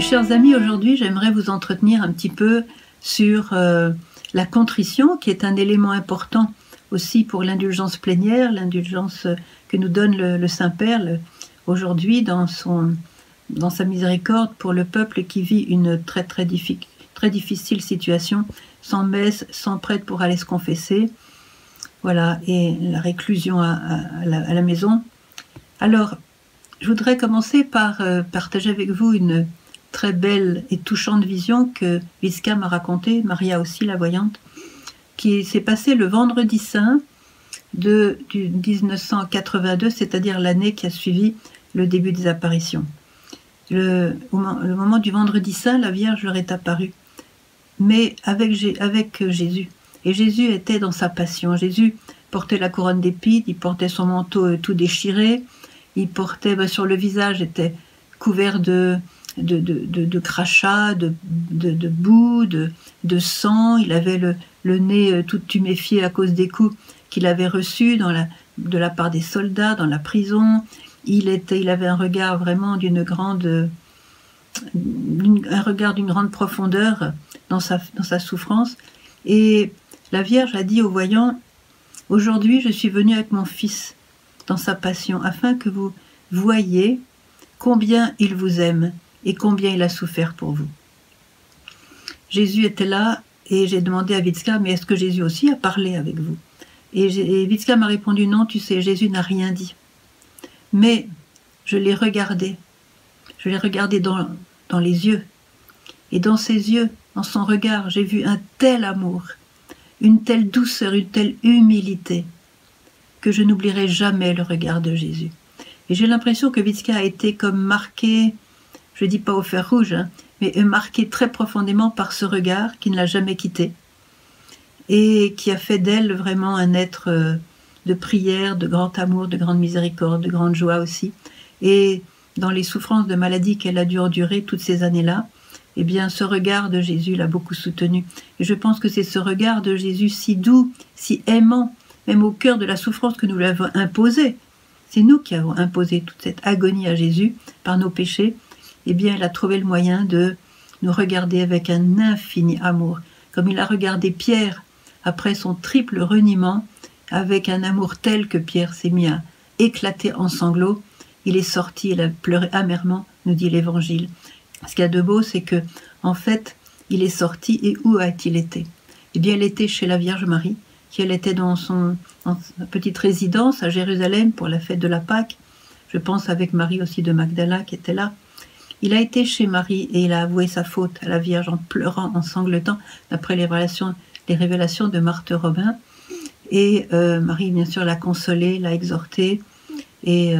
Chers amis, aujourd'hui j'aimerais vous entretenir un petit peu sur la contrition, qui est un élément important aussi pour l'indulgence plénière, l'indulgence que nous donne le Saint-Père aujourd'hui dans sa miséricorde pour le peuple qui vit une très difficile situation, sans messe, sans prêtre pour aller se confesser, voilà, et la réclusion à la maison. Alors, je voudrais commencer par partager avec vous une très belle et touchante vision que Witzka m'a racontée, Maria aussi, la voyante, qui s'est passée le vendredi saint du 1982, c'est-à-dire l'année qui a suivi le début des apparitions. Le moment du vendredi saint, la Vierge leur est apparue, mais avec Jésus. Et Jésus était dans sa passion. Jésus portait la couronne d'épines, il portait son manteau tout déchiré, il portait sur le visage, était couvert de crachats, de boue, de sang. Il avait le nez tout tuméfié à cause des coups qu'il avait reçus de la part des soldats dans la prison. Il avait un regard vraiment d'une grande profondeur dans sa souffrance. Et la Vierge a dit au voyant: aujourd'hui je suis venue avec mon fils dans sa passion, afin que vous voyiez combien il vous aime et combien il a souffert pour vous. Jésus était là, et j'ai demandé à Witzka: mais est-ce que Jésus aussi a parlé avec vous? Et Witzka m'a répondu: non, tu sais, Jésus n'a rien dit. Mais je l'ai regardé dans les yeux, et dans ses yeux, dans son regard, j'ai vu un tel amour, une telle douceur, une telle humilité, que je n'oublierai jamais le regard de Jésus. Et j'ai l'impression que Witzka a été comme marqué, je ne dis pas au fer rouge, hein, mais marqué très profondément par ce regard qui ne l'a jamais quitté, et qui a fait d'elle vraiment un être de prière, de grand amour, de grande miséricorde, de grande joie aussi. Et dans les souffrances de maladie qu'elle a dû endurer toutes ces années-là, eh bien, ce regard de Jésus l'a beaucoup soutenue. Et je pense que c'est ce regard de Jésus si doux, si aimant, même au cœur de la souffrance que nous lui avons imposée. C'est nous qui avons imposé toute cette agonie à Jésus par nos péchés. Eh bien, elle a trouvé le moyen de nous regarder avec un infini amour, comme il a regardé Pierre après son triple reniement, avec un amour tel que Pierre s'est mis à éclater en sanglots. Il est sorti, il a pleuré amèrement, nous dit l'Évangile. Ce qu'il y a de beau, c'est que, en fait, il est sorti, et où a-t-il été? Eh bien, il était chez la Vierge Marie, elle était dans sa petite résidence à Jérusalem pour la fête de la Pâque. Je pense avec Marie aussi de Magdala qui était là. Il a été chez Marie et il a avoué sa faute à la Vierge en pleurant, en sanglotant, d'après les révélations de Marthe Robin. Et Marie, bien sûr, l'a consolé, l'a exhorté. Et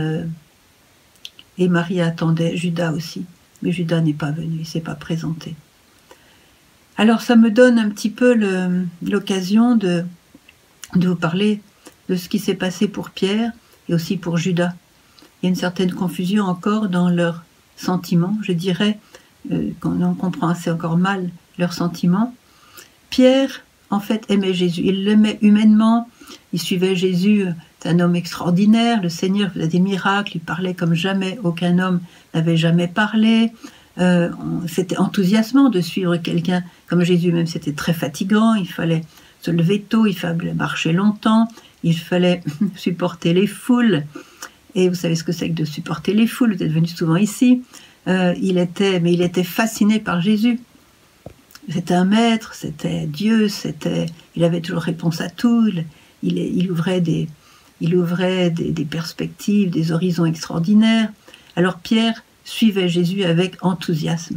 Marie attendait Judas aussi. Mais Judas n'est pas venu, il ne s'est pas présenté. Alors ça me donne un petit peu l'occasion de vous parler de ce qui s'est passé pour Pierre et aussi pour Judas. Il y a une certaine confusion encore dans leurs sentiments, je dirais, qu'on comprend assez encore mal leurs sentiments. Pierre, en fait, aimait Jésus, il l'aimait humainement, il suivait Jésus, c'est un homme extraordinaire, le Seigneur faisait des miracles, il parlait comme jamais aucun homme n'avait jamais parlé. C'était enthousiasmant de suivre quelqu'un comme Jésus, même c'était très fatigant, il fallait se lever tôt, il fallait marcher longtemps, il fallait supporter les foules. Et vous savez ce que c'est que de supporter les foules, vous êtes venu souvent ici. Il était fasciné par Jésus. C'était un maître, c'était Dieu, il avait toujours réponse à tout. Il ouvrait des perspectives, des horizons extraordinaires. Alors Pierre suivait Jésus avec enthousiasme.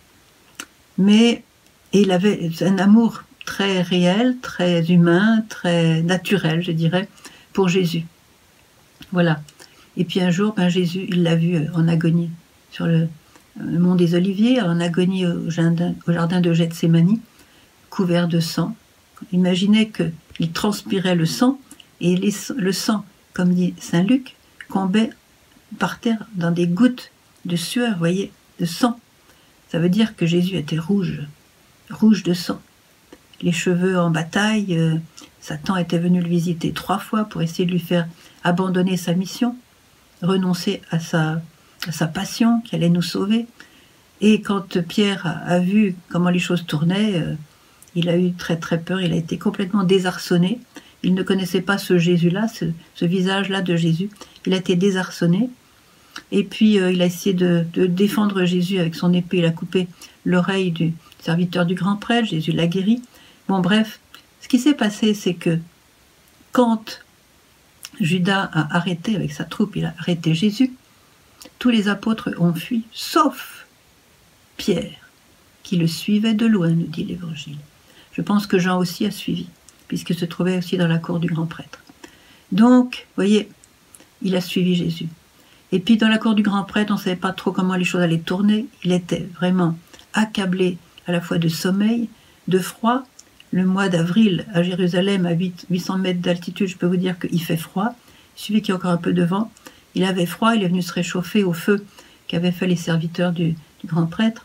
Mais il avait un amour très réel, très humain, très naturel, je dirais, pour Jésus. Voilà. Et puis un jour, Jésus, il l'a vu en agonie sur le mont des Oliviers, en agonie au jardin de Gethsémani, couvert de sang. Imaginez qu'il transpirait le sang, et le sang, comme dit Saint Luc, tombait par terre dans des gouttes de sueur, vous voyez, de sang. Ça veut dire que Jésus était rouge de sang. Les cheveux en bataille, Satan était venu le visiter 3 fois pour essayer de lui faire abandonner sa mission, renoncer à sa passion qui allait nous sauver. Et quand Pierre a vu comment les choses tournaient, il a eu très très peur, il a été complètement désarçonné. Il ne connaissait pas ce Jésus-là, ce visage-là de Jésus. Il a été désarçonné. Et puis il a essayé de défendre Jésus avec son épée. Il a coupé l'oreille du serviteur du grand prêtre. Jésus l'a guéri. Bon, bref, ce qui s'est passé, c'est que quand Judas a arrêté avec sa troupe, il a arrêté Jésus, tous les apôtres ont fui, sauf Pierre, qui le suivait de loin, nous dit l'Évangile. Je pense que Jean aussi a suivi, puisqu'il se trouvait aussi dans la cour du grand prêtre. Donc, vous voyez, il a suivi Jésus. Et puis dans la cour du grand prêtre, on ne savait pas trop comment les choses allaient tourner. Il était vraiment accablé à la fois de sommeil, de froid. Le mois d'avril à Jérusalem, à 800 mètres d'altitude, je peux vous dire qu'il fait froid. Il suffit qu'il y ait encore un peu de vent. Il avait froid, il est venu se réchauffer au feu qu'avaient fait les serviteurs du grand prêtre.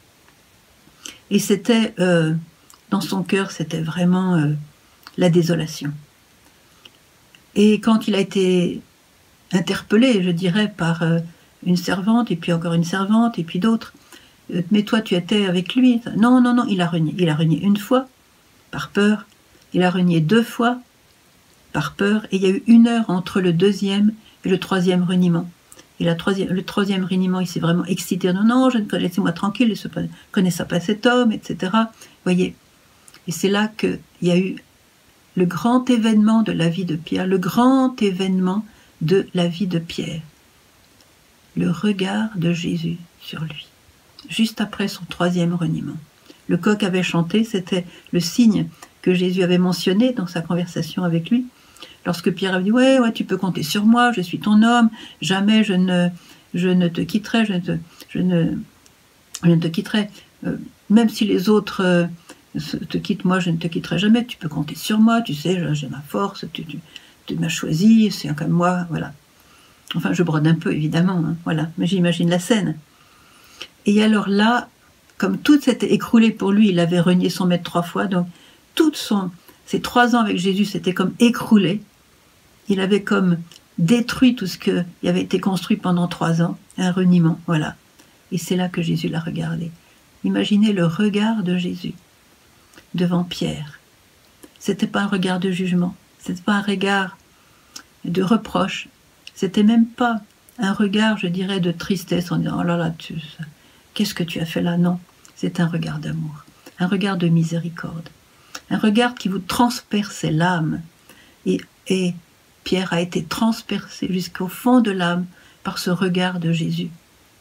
Et c'était, dans son cœur, c'était vraiment la désolation. Et quand il a été interpellé, je dirais, par une servante, et puis encore une servante, et puis d'autres, mais toi tu étais avec lui. Non, non, non, il a renié. Il a renié une fois, par peur. Il a renié 2 fois, par peur. Et il y a eu 1 heure entre le 2e et le 3e reniement. Et le 3e reniement, il s'est vraiment excité. Non, non, je ne laissez-moi tranquille, je ne connaissais pas cet homme, etc. Vous voyez. Et c'est là qu'il y a eu le grand événement de la vie de Pierre, le grand événement de la vie de Pierre. Le regard de Jésus sur lui, juste après son 3e reniement. Le coq avait chanté, c'était le signe que Jésus avait mentionné dans sa conversation avec lui. Lorsque Pierre avait dit « Ouais, tu peux compter sur moi, je suis ton homme, jamais je ne te quitterai, je ne te quitterai. Même si les autres te quittent, moi je ne te quitterai jamais, tu peux compter sur moi, tu sais, j'ai ma force, tu m'as choisi, c'est comme moi, voilà. » Enfin, je brode un peu, évidemment, hein, voilà, mais j'imagine la scène. Et alors là, comme tout s'était écroulé pour lui, il avait renié son maître 3 fois, donc ces 3 ans avec Jésus s'étaient comme écroulés. Il avait comme détruit tout ce qui avait été construit pendant 3 ans, un reniement, voilà. Et c'est là que Jésus l'a regardé. Imaginez le regard de Jésus devant Pierre. C'était pas un regard de jugement, c'était pas un regard de reproche, c'était même pas un regard, je dirais, de tristesse en disant « Oh là là, qu'est-ce que tu as fait là ?» Non, c'est un regard d'amour, un regard de miséricorde, un regard qui vous transperçait l'âme. Et Pierre a été transpercé jusqu'au fond de l'âme par ce regard de Jésus,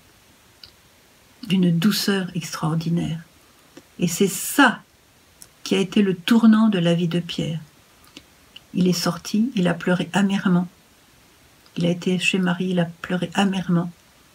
d'une douceur extraordinaire. Et c'est ça qui a été le tournant de la vie de Pierre. Il est sorti, il a pleuré amèrement. Il a été chez Marie, il a pleuré amèrement.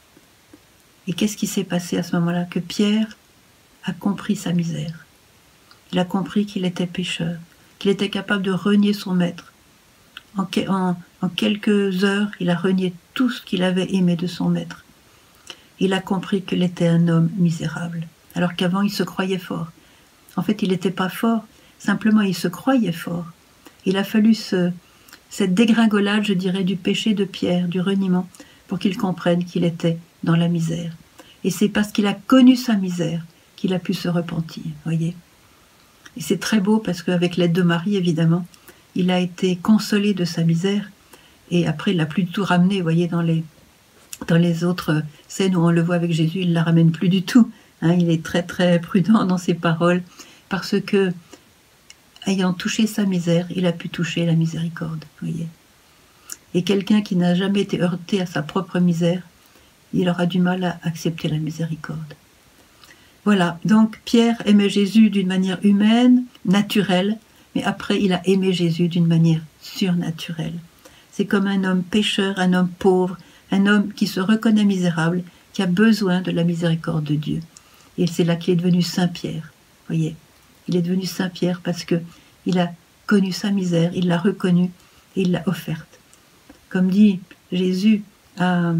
Et qu'est-ce qui s'est passé à ce moment-là? Que Pierre a compris sa misère. Il a compris qu'il était pécheur, qu'il était capable de renier son maître. En quelques heures, il a renié tout ce qu'il avait aimé de son maître. Il a compris qu'il était un homme misérable, alors qu'avant il se croyait fort. En fait, il n'était pas fort, simplement il se croyait fort. Il a fallu cette dégringolade, je dirais, du péché de Pierre, du reniement, pour qu'il comprenne qu'il était dans la misère. Et c'est parce qu'il a connu sa misère qu'il a pu se repentir, voyez. Et c'est très beau parce qu'avec l'aide de Marie, évidemment, il a été consolé de sa misère, et après il l'a plus du tout ramené, vous voyez, dans les autres scènes où on le voit avec Jésus, il ne la ramène plus du tout. Hein, il est très très prudent dans ses paroles, parce que, ayant touché sa misère, il a pu toucher la miséricorde, voyez. Et quelqu'un qui n'a jamais été heurté à sa propre misère, il aura du mal à accepter la miséricorde. Voilà, donc Pierre aimait Jésus d'une manière humaine, naturelle, mais après il a aimé Jésus d'une manière surnaturelle. C'est comme un homme pécheur, un homme pauvre, un homme qui se reconnaît misérable, qui a besoin de la miséricorde de Dieu. Et c'est là qu'il est devenu Saint Pierre, voyez. Il est devenu Saint Pierre parce qu'il a connu sa misère, il l'a reconnue et il l'a offerte. Comme dit Jésus à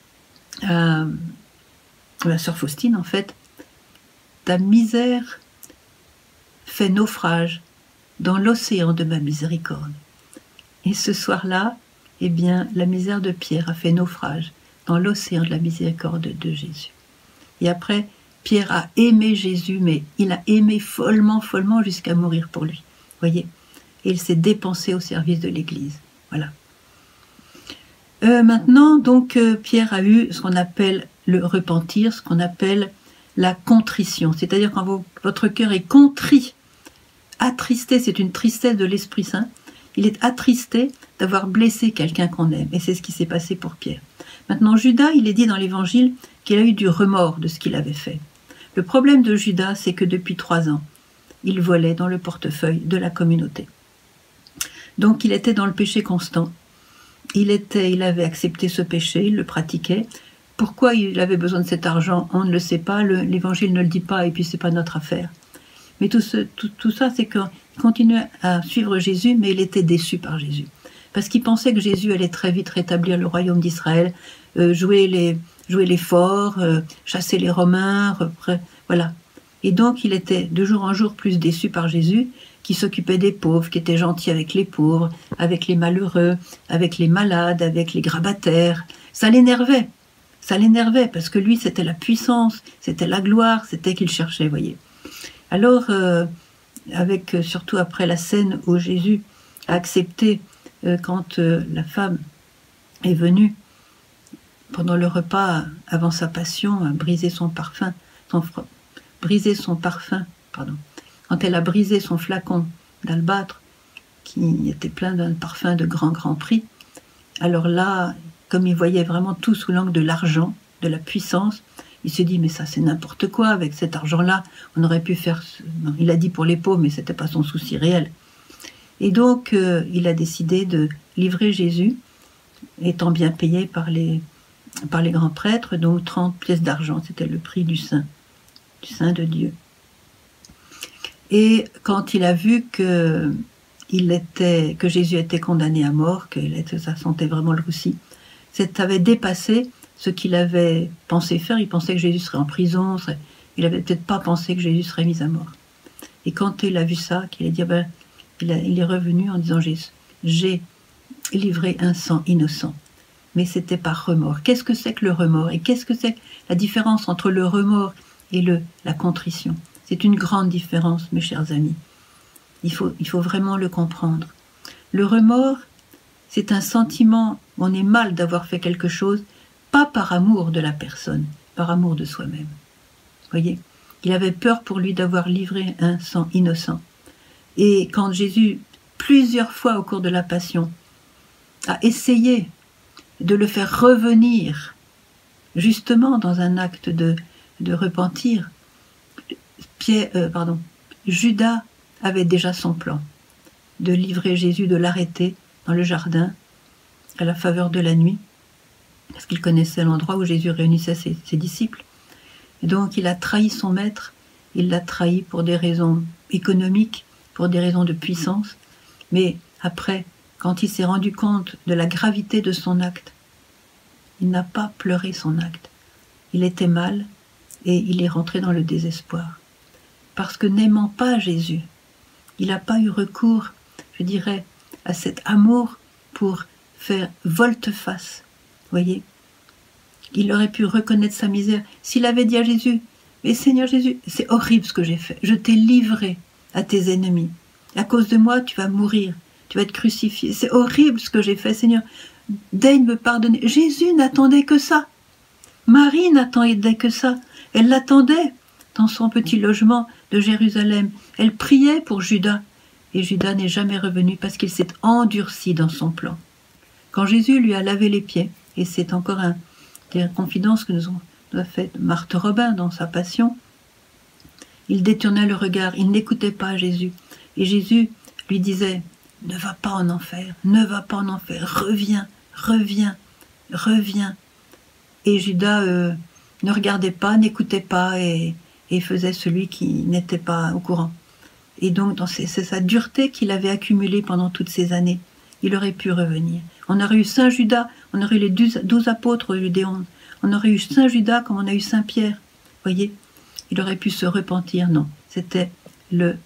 la sœur Faustine, en fait, ta misère fait naufrage dans l'océan de ma miséricorde. Et ce soir-là, eh bien, la misère de Pierre a fait naufrage dans l'océan de la miséricorde de Jésus. Et après, Pierre a aimé Jésus, mais il a aimé follement, follement jusqu'à mourir pour lui. Voyez, et il s'est dépensé au service de l'Église. Voilà. Maintenant, donc, Pierre a eu ce qu'on appelle le repentir, ce qu'on appelle la contrition. C'est-à-dire quand votre cœur est contrit, attristé, c'est une tristesse de l'Esprit Saint. Il est attristé d'avoir blessé quelqu'un qu'on aime. Et c'est ce qui s'est passé pour Pierre. Maintenant, Judas, il est dit dans l'Évangile qu'il a eu du remords de ce qu'il avait fait. Le problème de Judas, c'est que depuis 3 ans, il volait dans le portefeuille de la communauté. Donc, il était dans le péché constant. Il avait accepté ce péché, il le pratiquait. Pourquoi il avait besoin de cet argent, on ne le sait pas, l'Évangile ne le dit pas, et puis c'est pas notre affaire. Mais tout ça, c'est qu'il continuait à suivre Jésus, mais il était déçu par Jésus. Parce qu'il pensait que Jésus allait très vite rétablir le royaume d'Israël, jouer les forts, chasser les Romains, voilà. Et donc il était de jour en jour plus déçu par Jésus, qui s'occupait des pauvres, qui était gentil avec les pauvres, avec les malheureux, avec les malades, avec les grabataires. Ça l'énervait parce que lui c'était la puissance, c'était la gloire, c'était qu'il cherchait, voyez. Alors, surtout après la scène où Jésus a accepté, quand la femme est venue pendant le repas avant sa passion, à briser son parfum, quand elle a brisé son flacon d'albâtre qui était plein d'un parfum de grand prix, alors là, comme il voyait vraiment tout sous l'angle de l'argent, de la puissance, il se dit, mais ça c'est n'importe quoi, avec cet argent-là, on aurait pu faire... Non, il a dit pour les pauvres, mais ce n'était pas son souci réel. Et donc, il a décidé de livrer Jésus, étant bien payé par les grands prêtres, donc 30 pièces d'argent, c'était le prix du saint de Dieu. Et quand il a vu que Jésus était condamné à mort, que ça sentait vraiment le roussi, ça avait dépassé ce qu'il avait pensé faire. Il pensait que Jésus serait en prison, il n'avait peut-être pas pensé que Jésus serait mis à mort. Et quand il a vu ça, qu'il a dit, il est revenu en disant, j'ai livré un sang innocent. Mais c'était par remords. Qu'est-ce que c'est que le remords? Et qu'est-ce que c'est que la différence entre le remords et la contrition? C'est une grande différence, mes chers amis. Il faut vraiment le comprendre. Le remords, c'est un sentiment, on est mal d'avoir fait quelque chose, pas par amour de la personne, par amour de soi-même. Voyez, il avait peur pour lui d'avoir livré un sang innocent. Et quand Jésus, plusieurs fois au cours de la Passion, a essayé de le faire revenir, justement dans un acte de repentir, Judas avait déjà son plan de livrer Jésus, de l'arrêter dans le jardin à la faveur de la nuit, parce qu'il connaissait l'endroit où Jésus réunissait ses disciples. Et donc il a trahi son maître, il l'a trahi pour des raisons économiques, pour des raisons de puissance, mais après, quand il s'est rendu compte de la gravité de son acte, il n'a pas pleuré son acte. Il était mal et il est rentré dans le désespoir. Parce que n'aimant pas Jésus, il n'a pas eu recours, je dirais, à cet amour pour faire volte-face. Voyez, il aurait pu reconnaître sa misère. S'il avait dit à Jésus, mais Seigneur Jésus, c'est horrible ce que j'ai fait. Je t'ai livré à tes ennemis. À cause de moi, tu vas mourir. Tu vas être crucifié. C'est horrible ce que j'ai fait, Seigneur. Daigne me pardonner. Jésus n'attendait que ça. Marie n'attendait que ça. Elle l'attendait dans son petit logement de Jérusalem. Elle priait pour Judas. Et Judas n'est jamais revenu parce qu'il s'est endurci dans son plan. Quand Jésus lui a lavé les pieds, et c'est encore des confidences que nous a faites Marthe Robin dans sa Passion, il détournait le regard, il n'écoutait pas Jésus. Et Jésus lui disait, ne va pas en enfer, ne va pas en enfer, reviens, reviens, reviens. Et Judas ne regardait pas, n'écoutait pas et faisait celui qui n'était pas au courant. Et donc, c'est sa dureté qu'il avait accumulée pendant toutes ces années. Il aurait pu revenir. On aurait eu Saint Judas, on aurait eu les 12 apôtres judéons, on aurait eu Saint Judas comme on a eu Saint Pierre. Voyez, il aurait pu se repentir. Non, c'était le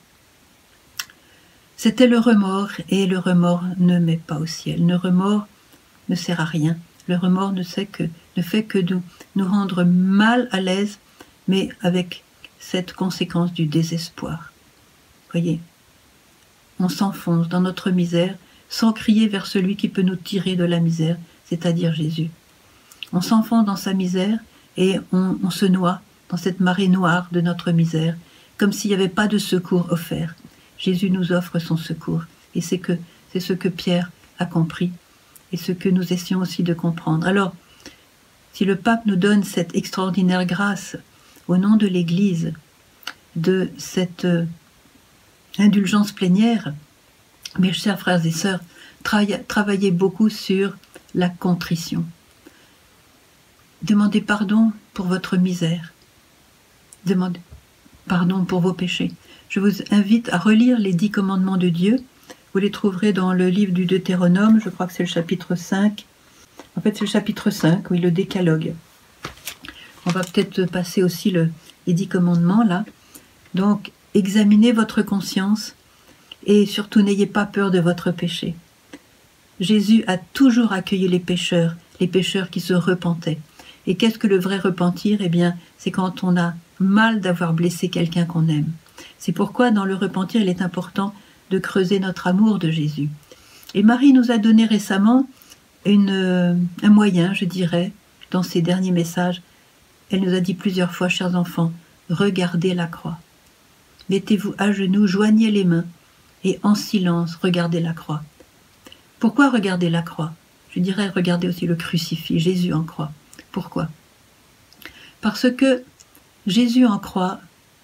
remords, et le remords ne met pas au ciel. Le remords ne sert à rien. Le remords ne fait que nous rendre mal à l'aise, mais avec cette conséquence du désespoir. Voyez, on s'enfonce dans notre misère sans crier vers celui qui peut nous tirer de la misère, c'est-à-dire Jésus. On s'enfonce dans sa misère et on se noie dans cette marée noire de notre misère, comme s'il n'y avait pas de secours offert. Jésus nous offre son secours, et c'est ce que Pierre a compris, et ce que nous essayons aussi de comprendre. Alors, si le pape nous donne cette extraordinaire grâce, au nom de l'Église, de cette indulgence plénière, mes chers frères et sœurs, travaillez beaucoup sur la contrition. Demandez pardon pour votre misère. Demandez pardon pour vos péchés. Je vous invite à relire les 10 commandements de Dieu. Vous les trouverez dans le livre du Deutéronome, je crois que c'est le chapitre 5. En fait, c'est le chapitre 5, oui, le décalogue. On va peut-être passer aussi les 10 commandements, là. Donc, examinez votre conscience et surtout n'ayez pas peur de votre péché. Jésus a toujours accueilli les pécheurs qui se repentaient. Et qu'est-ce que le vrai repentir? Eh bien, c'est quand on a mal d'avoir blessé quelqu'un qu'on aime. C'est pourquoi dans le repentir, il est important de creuser notre amour de Jésus. Et Marie nous a donné récemment un moyen, je dirais, dans ses derniers messages. Elle nous a dit plusieurs fois, chers enfants, regardez la croix. Mettez-vous à genoux, joignez les mains et en silence, regardez la croix. Pourquoi regarder la croix? Je dirais regardez aussi le crucifix, Jésus en croix. Pourquoi? Parce que Jésus en croix,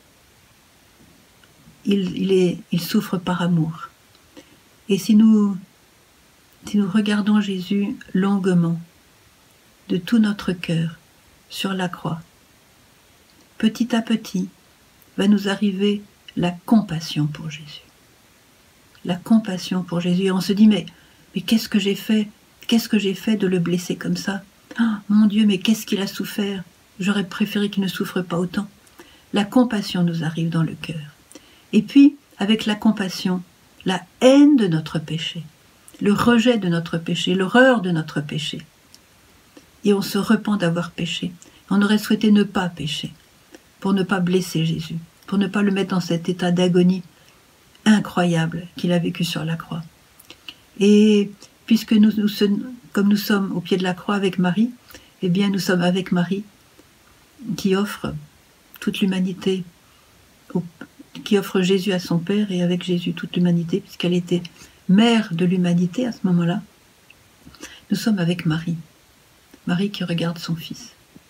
il souffre par amour. Et si nous regardons Jésus longuement, de tout notre cœur, sur la croix, petit à petit, va nous arriver la compassion pour Jésus. La compassion pour Jésus. Et on se dit, mais qu'est-ce que j'ai fait? Qu'est-ce que j'ai fait de le blesser comme ça? Ah, mon Dieu, mais qu'est-ce qu'il a souffert? J'aurais préféré qu'il ne souffre pas autant. La compassion nous arrive dans le cœur. Et puis, avec la compassion, la haine de notre péché, le rejet de notre péché, l'horreur de notre péché. Et on se repent d'avoir péché. On aurait souhaité ne pas pécher, pour ne pas blesser Jésus, pour ne pas le mettre dans cet état d'agonie incroyable qu'il a vécu sur la croix. Et puisque comme nous sommes au pied de la croix avec Marie, eh bien nous sommes avec Marie qui offre toute l'humanité, qui offre Jésus à son Père et avec Jésus toute l'humanité, puisqu'elle était mère de l'humanité à ce moment-là. Nous sommes avec Marie, Marie qui regarde son Fils.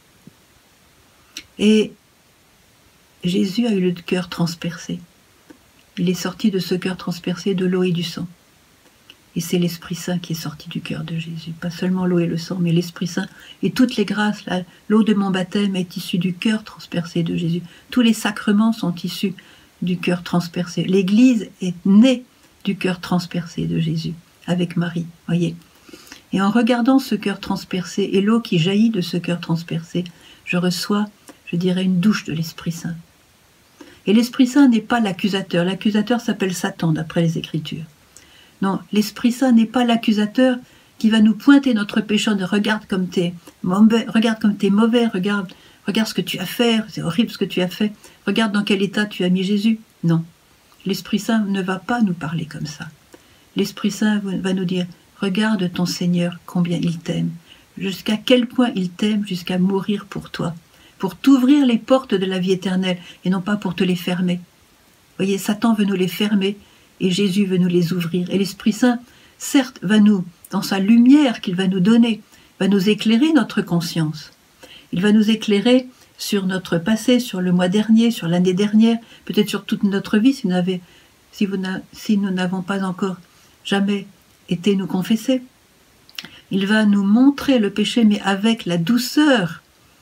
Et Jésus a eu le cœur transpercé. Il est sorti de ce cœur transpercé de l'eau et du sang. Et c'est l'Esprit Saint qui est sorti du cœur de Jésus. Pas seulement l'eau et le sang, mais l'Esprit Saint. Et toutes les grâces, l'eau de mon baptême est issue du cœur transpercé de Jésus. Tous les sacrements sont issus du cœur transpercé. L'Église est née du cœur transpercé de Jésus, avec Marie, voyez. Et en regardant ce cœur transpercé et l'eau qui jaillit de ce cœur transpercé, je reçois, je dirais, une douche de l'Esprit Saint. Et l'Esprit Saint n'est pas l'accusateur. L'accusateur s'appelle Satan, d'après les Écritures. Non, l'Esprit Saint n'est pas l'accusateur qui va nous pointer notre péché de regarde comme t'es mauvais, regarde ce que tu as fait, c'est horrible ce que tu as fait, regarde dans quel état tu as mis Jésus. Non, l'Esprit Saint ne va pas nous parler comme ça. L'Esprit Saint va nous dire, regarde ton Seigneur combien il t'aime, jusqu'à quel point il t'aime, jusqu'à mourir pour toi, pour t'ouvrir les portes de la vie éternelle et non pas pour te les fermer. Voyez, Satan veut nous les fermer et Jésus veut nous les ouvrir. Et l'Esprit Saint, certes, va nous, dans sa lumière qu'il va nous donner, va nous éclairer notre conscience. Il va nous éclairer sur notre passé, sur le mois dernier, sur l'année dernière, peut-être sur toute notre vie, si nous n'avons pas encore jamais été nous confesser. Il va nous montrer le péché, mais avec la douceur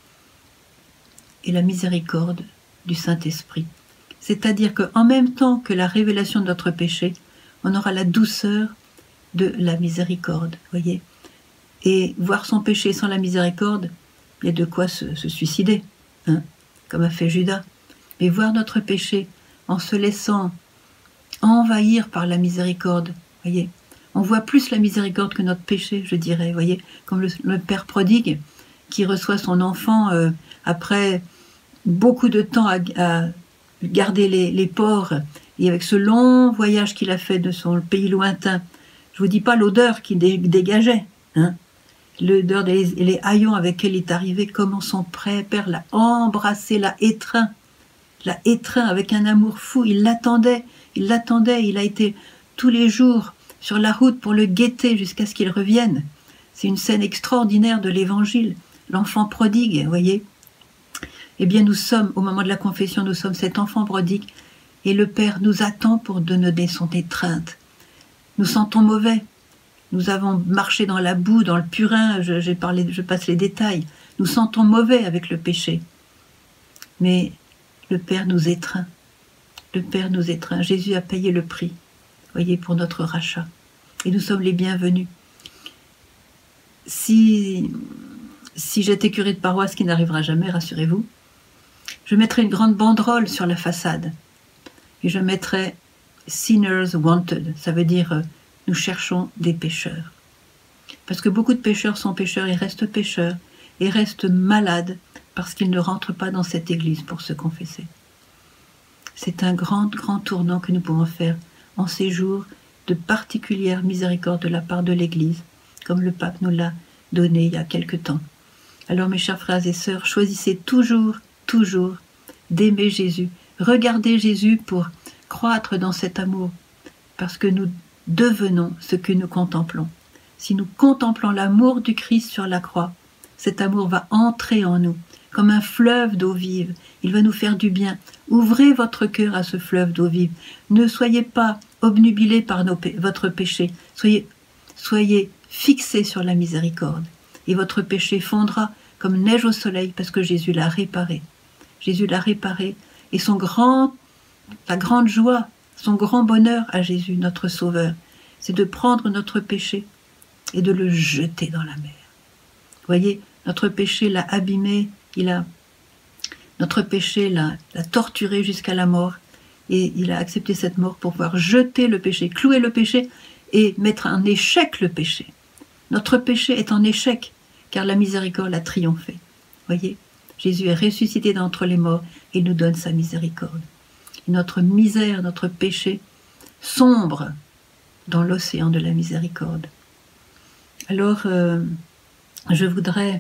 et la miséricorde du Saint-Esprit. C'est-à-dire qu'en même temps que la révélation de notre péché, on aura la douceur de la miséricorde, voyez. Et voir son péché sans la miséricorde, il y a de quoi se suicider, hein, comme a fait Judas. Mais voir notre péché en se laissant envahir par la miséricorde, voyez. On voit plus la miséricorde que notre péché, je dirais, voyez, comme le père prodigue qui reçoit son enfant après beaucoup de temps à garder les porcs, et avec ce long voyage qu'il a fait de son pays lointain, je vous dis pas l'odeur qu'il dégageait, hein, l'odeur et les haillons avec lesquels il est arrivé, comment son père l'a embrassé, l'a étreint avec un amour fou. Il l'attendait, il a été tous les jours sur la route pour le guetter jusqu'à ce qu'il revienne. C'est une scène extraordinaire de l'évangile, l'enfant prodigue, vous voyez. Eh bien, nous sommes, au moment de la confession, nous sommes cet enfant prodigue, et le Père nous attend pour donner son étreinte. Nous sentons mauvais, nous avons marché dans la boue, dans le purin, je passe les détails, nous sentons mauvais avec le péché. Mais le Père nous étreint, le Père nous étreint. Jésus a payé le prix, voyez, pour notre rachat, et nous sommes les bienvenus. Si j'étais curé de paroisse, ce qui n'arrivera jamais, rassurez-vous, je mettrais une grande banderole sur la façade et je mettrais « Sinners Wanted », ça veut dire nous cherchons des pécheurs. Parce que beaucoup de pécheurs sont pécheurs et restent malades parce qu'ils ne rentrent pas dans cette église pour se confesser. C'est un grand tournant que nous pouvons faire en ces jours de particulière miséricorde de la part de l'église, comme le pape nous l'a donné il y a quelque temps. Alors mes chers frères et sœurs, choisissez toujours d'aimer Jésus. Regardez Jésus pour croître dans cet amour, parce que nous devenons ce que nous contemplons. Si nous contemplons l'amour du Christ sur la croix, cet amour va entrer en nous comme un fleuve d'eau vive. Il va nous faire du bien. Ouvrez votre cœur à ce fleuve d'eau vive. Ne soyez pas obnubilés par votre péché. Soyez fixés sur la miséricorde. Et votre péché fondra comme neige au soleil parce que Jésus l'a réparé. Jésus l'a réparé. Et sa grande joie, son grand bonheur à Jésus, notre Sauveur, c'est de prendre notre péché et de le jeter dans la mer. Vous voyez, notre péché l'a abîmé, notre péché l'a torturé jusqu'à la mort, et il a accepté cette mort pour pouvoir jeter le péché, clouer le péché et mettre en échec le péché. Notre péché est en échec, car la miséricorde a triomphé. Voyez, Jésus est ressuscité d'entre les morts et il nous donne sa miséricorde. Et notre misère, notre péché sombre dans l'océan de la miséricorde. Alors, je voudrais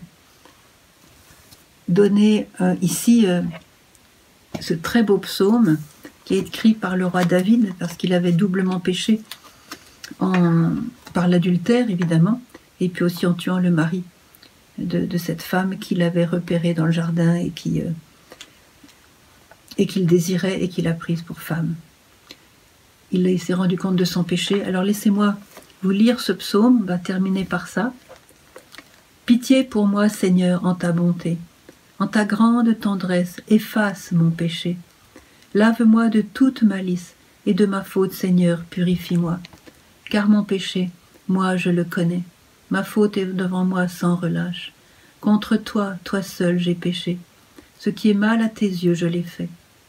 donner ici ce très beau psaume qui est écrit par le roi David, parce qu'il avait doublement péché par l'adultère, évidemment, et puis aussi en tuant le mari de cette femme qu'il avait repérée dans le jardin et qu'il désirait et qu'il a prise pour femme. Il s'est rendu compte de son péché. Alors laissez-moi vous lire ce psaume, on va terminer par ça. « Pitié pour moi, Seigneur, en ta bonté. En ta grande tendresse, efface mon péché. Lave-moi de toute malice, et de ma faute, Seigneur, purifie-moi. Car mon péché, moi je le connais. Ma faute est devant moi sans relâche. Contre toi, toi seul, j'ai péché. Ce qui est mal à tes yeux, je l'ai fait.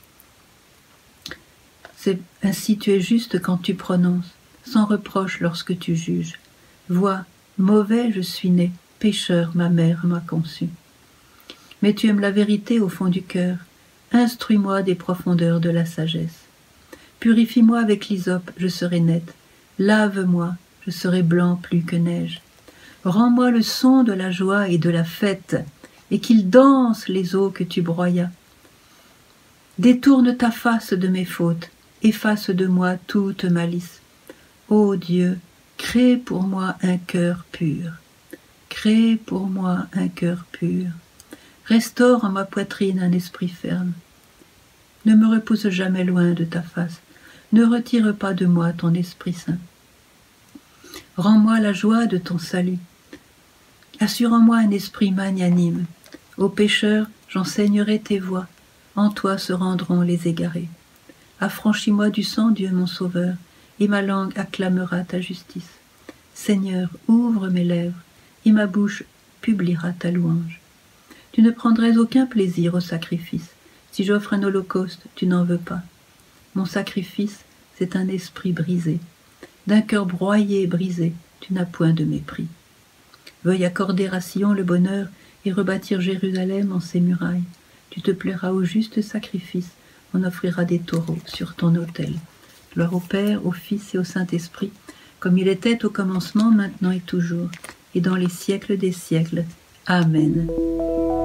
C'est ainsi tu es juste quand tu prononces, sans reproche lorsque tu juges. Vois, mauvais je suis né, pécheur ma mère m'a conçu. Mais tu aimes la vérité au fond du cœur. Instruis-moi des profondeurs de la sagesse. Purifie-moi avec l'hysope, je serai net. Lave-moi, je serai blanc plus que neige. Rends-moi le son de la joie et de la fête, et qu'ils dansent les eaux que tu broyas. Détourne ta face de mes fautes, efface de moi toute malice. Ô Dieu, crée pour moi un cœur pur. Crée pour moi un cœur pur. Restaure en ma poitrine un esprit ferme. Ne me repousse jamais loin de ta face. Ne retire pas de moi ton Esprit Saint. Rends-moi la joie de ton salut. Assure en moi un esprit magnanime. Aux pécheurs, j'enseignerai tes voies. En toi se rendront les égarés. Affranchis-moi du sang, Dieu mon Sauveur, et ma langue acclamera ta justice. Seigneur, ouvre mes lèvres, et ma bouche publiera ta louange. Tu ne prendrais aucun plaisir au sacrifice. Si j'offre un holocauste, tu n'en veux pas. Mon sacrifice, c'est un esprit brisé. D'un cœur broyé et brisé, tu n'as point de mépris. Veuille accorder à Sion le bonheur et rebâtir Jérusalem en ses murailles. Tu te plairas au juste sacrifice, on offrira des taureaux sur ton autel. Gloire au Père, au Fils et au Saint-Esprit, comme il était au commencement, maintenant et toujours, et dans les siècles des siècles. Amen.